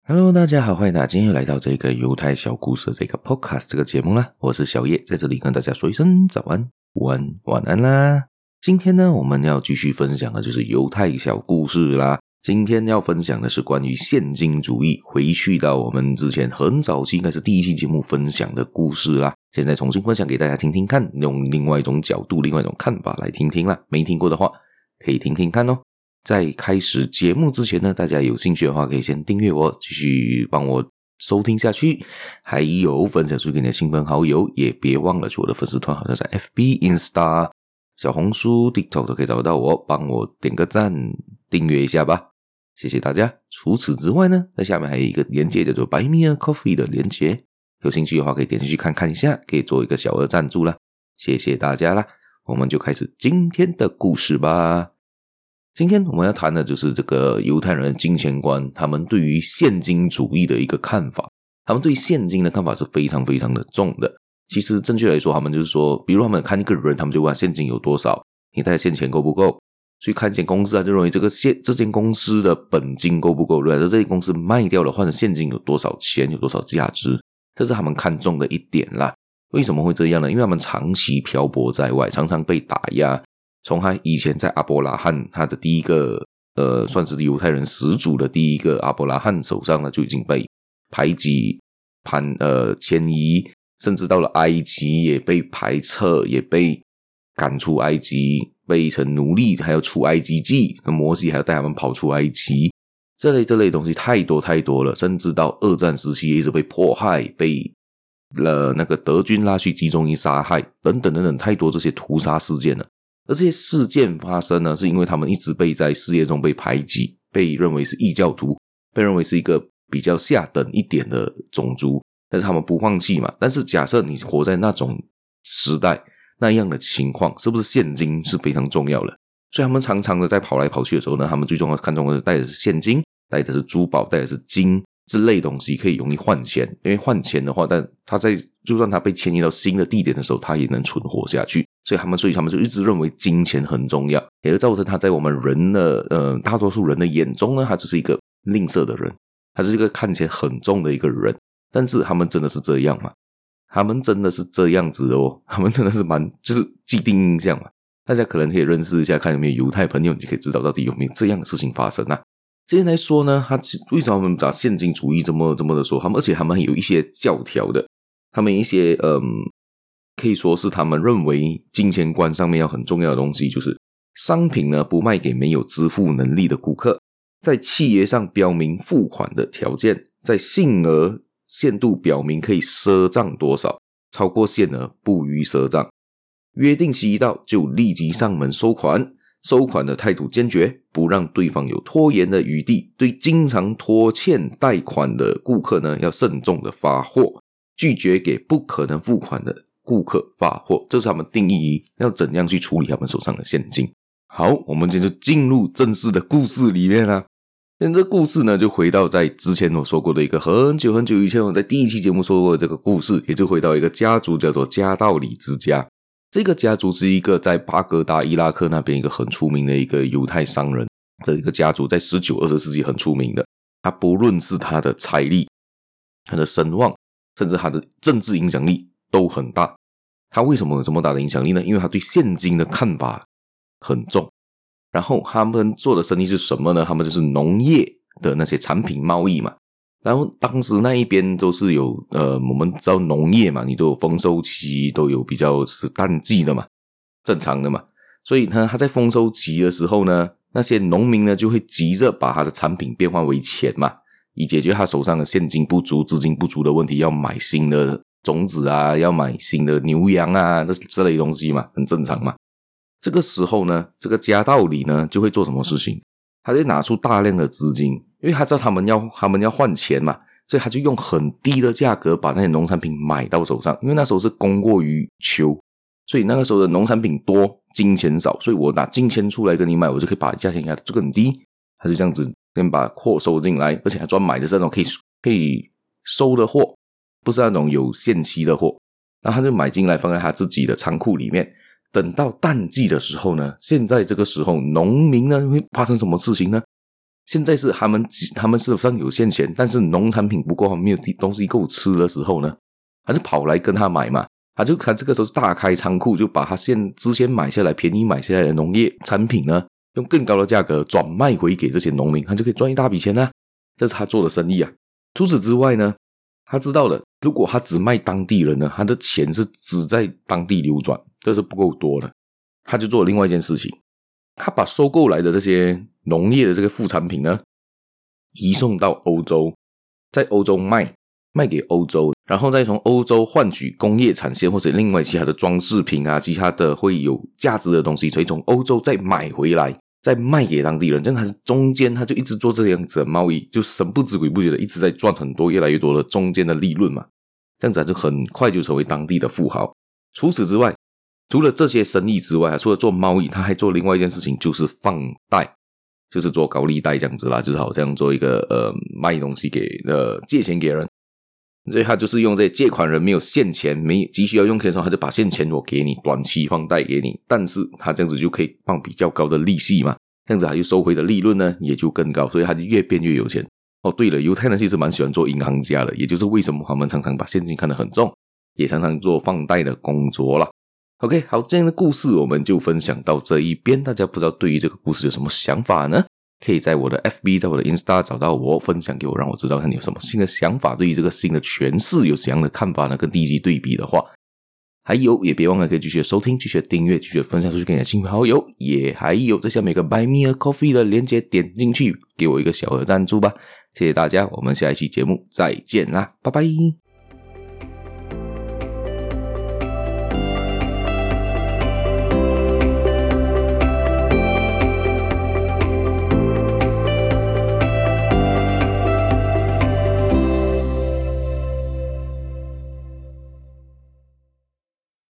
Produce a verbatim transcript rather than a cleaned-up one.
Hello， 大家好，欢迎大家今天又来到这个犹太小故事的这个 podcast 这个节目啦。我是小叶，在这里跟大家说一声早安、午安、晚安啦。今天呢，我们要继续分享的就是犹太小故事啦。今天要分享的是关于现今主义，回去到我们之前很早期应该是第一期节目分享的故事啦。现在重新分享给大家听听看，用另外一种角度、另外一种看法来听听啦。没听过的话，可以听听看哦。在开始节目之前呢，大家有兴趣的话可以先订阅我，继续帮我收听下去，还有分享出给你的亲朋好友，也别忘了去我的粉丝团，好像在 F B、Insta、小红书、TikTok 都可以找得到我，帮我点个赞，订阅一下吧，谢谢大家。除此之外呢，在下面还有一个连结叫做 Buy Me a Coffee 的连结，有兴趣的话可以点进去看看一下，可以做一个小额赞助啦，谢谢大家啦。我们就开始今天的故事吧。今天我们要谈的就是这个犹太人的金钱观，他们对于现金主义的一个看法。他们对现金的看法是非常非常的重的。其实正确来说，他们就是说，比如他们看一个人，他们就问现金有多少，你带现钱够不够？所以看一间公司，他就认为这个现这间公司的本金够不够，对吧？这间公司卖掉了换成现金有多少钱，有多少价值，这是他们看重的一点啦。为什么会这样呢？因为他们长期漂泊在外，常常被打压。从他以前在阿伯拉罕，他的第一个呃，算是犹太人始祖的第一个阿伯拉罕手上呢，就已经被排挤、盘呃迁移，甚至到了埃及也被排斥，也被赶出埃及，被成奴隶，还要出埃及记，摩西还要带他们跑出埃及，这类这类东西太多太多了，甚至到二战时期也一直被迫害，被了那个德军拉去集中营杀害，等等等等，太多这些屠杀事件了。而这些事件发生呢，是因为他们一直被在事业中被排挤，被认为是异教徒，被认为是一个比较下等一点的种族，但是他们不放弃嘛。但是假设你活在那种时代，那样的情况，是不是现金是非常重要的？所以他们常常的在跑来跑去的时候呢，他们最重要看重的是带的是现金，带的是珠宝，带的是金之类东西，可以容易换钱。因为换钱的话，但他在就算他被迁移到新的地点的时候，他也能存活下去。所以他们，所以他们就一直认为金钱很重要，也就造成他在我们人的呃大多数人的眼中呢，他只是一个吝啬的人，他是一个看起来很重的一个人。但是他们真的是这样吗？他们真的是这样子哦，他们真的是蛮就是既定印象嘛。大家可能可以认识一下，看有没有犹太朋友，你就可以知道到底有没有这样的事情发生啊。这边来说呢，他为什么他们把现金主义这么这么的说？他们而且他们有一些教条的，他们一些嗯。可以说是他们认为金钱观上面要很重要的东西，就是商品呢不卖给没有支付能力的顾客，在契约上标明付款的条件，在信额限度表明可以赊账多少，超过限额不予赊账，约定期一到就立即上门收款，收款的态度坚决，不让对方有拖延的余地，对经常拖欠贷款的顾客呢要慎重的发货，拒绝给不可能付款的顾客发货，这是他们定义要怎样去处理他们手上的现金。好，我们今天就进入正式的故事里面啦。那这故事呢，就回到在之前我说过的一个很久很久以前我在第一期节目说过的这个故事，也就回到一个家族叫做加道里之家。这个家族是一个在巴格达伊拉克那边一个很出名的一个犹太商人的一个家族，在十九、二十世纪很出名的。他不论是他的财力、他的声望，甚至他的政治影响力都很大。他为什么有这么大的影响力呢？因为他对现金的看法很重。然后他们做的生意是什么呢？他们就是农业的那些产品贸易嘛。然后当时那一边都是有呃，我们知道农业嘛，你都有丰收期，都有比较是淡季的嘛，正常的嘛。所以呢，他在丰收期的时候呢，那些农民呢就会急着把他的产品变换为钱嘛，以解决他手上的现金不足、资金不足的问题，要买新的种子啊，要买新的牛羊啊，这这类东西嘛，很正常嘛。这个时候呢，这个加道理呢就会做什么事情？他就拿出大量的资金，因为他知道他们要他们要换钱嘛，所以他就用很低的价格把那些农产品买到手上。因为那时候是供过于求，所以那个时候的农产品多，金钱少，所以我拿金钱出来跟你买，我就可以把价钱压得更低。他就这样子先把货收进来，而且还专买的是那种可以可以收的货，不是那种有限期的货。然后他就买进来放在他自己的仓库里面。等到淡季的时候呢，现在这个时候农民呢会发生什么事情呢？ 现在是他们他们手上有现钱，但是农产品不够，没有东西够吃的时候呢，他就跑来跟他买嘛。他就他这个时候是大开仓库，就把他现之前买下来便宜买下来的农业产品呢，用更高的价格转卖回给这些农民，他就可以赚一大笔钱啊。这是他做的生意啊。除此之外呢，他知道了，如果他只卖当地人呢，他的钱是只在当地流转，这是不够多的。他就做了另外一件事情，他把收购来的这些农业的这个副产品呢，移送到欧洲，在欧洲卖卖给欧洲，然后再从欧洲换取工业产线或者另外其他的装饰品啊，其他的会有价值的东西，所以从欧洲再买回来，再卖给当地人。这样他中间他就一直做这样子的贸易，就神不知鬼不觉的一直在赚很多越来越多的中间的利润嘛。这样子他就很快就成为当地的富豪。除此之外，除了这些生意之外，除了做贸易，他还做另外一件事情，就是放贷，就是做高利贷这样子啦，就是好像做一个呃卖东西给呃借钱给人。所以他就是用这些借款人没有现钱，没急需要用钱的时候，他就把现钱我给你，短期放贷给你，但是他这样子就可以放比较高的利息嘛，这样子他就收回的利润呢也就更高，所以他就越变越有钱。哦，对了，犹太人其实蛮喜欢做银行家的，也就是为什么他们常常把现金看得很重，也常常做放贷的工作啦。OK， 好，这样的故事我们就分享到这一边，大家不知道对于这个故事有什么想法呢？可以在我的 F B 在我的 Insta 找到我，分享给我，让我知道看你有什么新的想法，对于这个新的诠释有怎样的看法呢？跟第一集对比的话，还有也别忘了可以继续收听，继续订阅，继续分享出去给你的亲朋好友，也还有在下面有个 Buy Me a Coffee 的连结，点进去给我一个小额赞助吧，谢谢大家，我们下一期节目再见啦，拜拜。